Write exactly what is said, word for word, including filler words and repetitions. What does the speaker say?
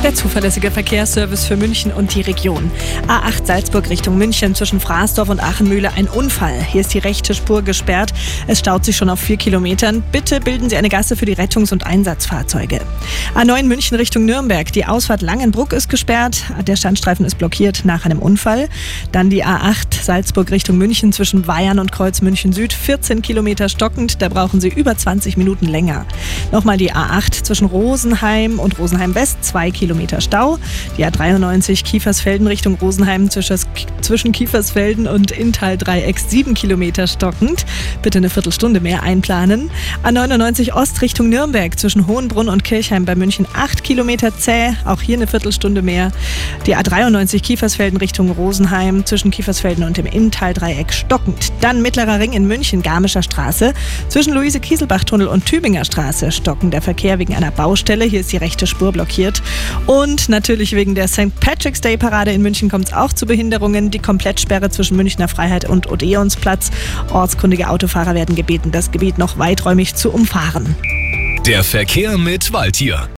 Der zuverlässige Verkehrsservice für München und die Region. A acht Salzburg Richtung München zwischen Fraßdorf und Achenmühle ein Unfall. Hier ist die rechte Spur gesperrt. Es staut sich schon auf vier Kilometern. Bitte bilden Sie eine Gasse für die Rettungs- und Einsatzfahrzeuge. A neun München Richtung Nürnberg. Die Ausfahrt Langenbruck ist gesperrt. Der Standstreifen ist blockiert nach einem Unfall. Dann die A acht Salzburg Richtung München zwischen Weyern und Kreuz München Süd. vierzehn Kilometer stockend. Da brauchen Sie über zwanzig Minuten länger. Nochmal die A acht zwischen Rosenheim und Rosenheim West. zwei Kilometer Stau. Die A dreiundneunzig Kiefersfelden Richtung Rosenheim zwischen Kiefersfelden und Inntal-Dreieck sieben Kilometer stockend. Bitte eine Viertelstunde mehr einplanen. A neunundneunzig Ost Richtung Nürnberg zwischen Hohenbrunn und Kirchheim bei München acht Kilometer zäh. Auch hier eine Viertelstunde mehr. Die A dreiundneunzig Kiefersfelden Richtung Rosenheim zwischen Kiefersfelden und dem Inntal-Dreieck stockend. Dann Mittlerer Ring in München, Garmischer Straße. Zwischen Luise-Kieselbach-Tunnel und Tübinger Straße stockender Verkehr wegen einer Baustelle. Hier ist die rechte Spur blockiert. Und natürlich wegen der Sankt Patrick's Day Parade in München kommt es auch zu Behinderungen. Die Komplettsperre zwischen Münchner Freiheit und Odeonsplatz. Ortskundige Autofahrer werden gebeten, das Gebiet noch weiträumig zu umfahren. Der Verkehr mit Waldtier.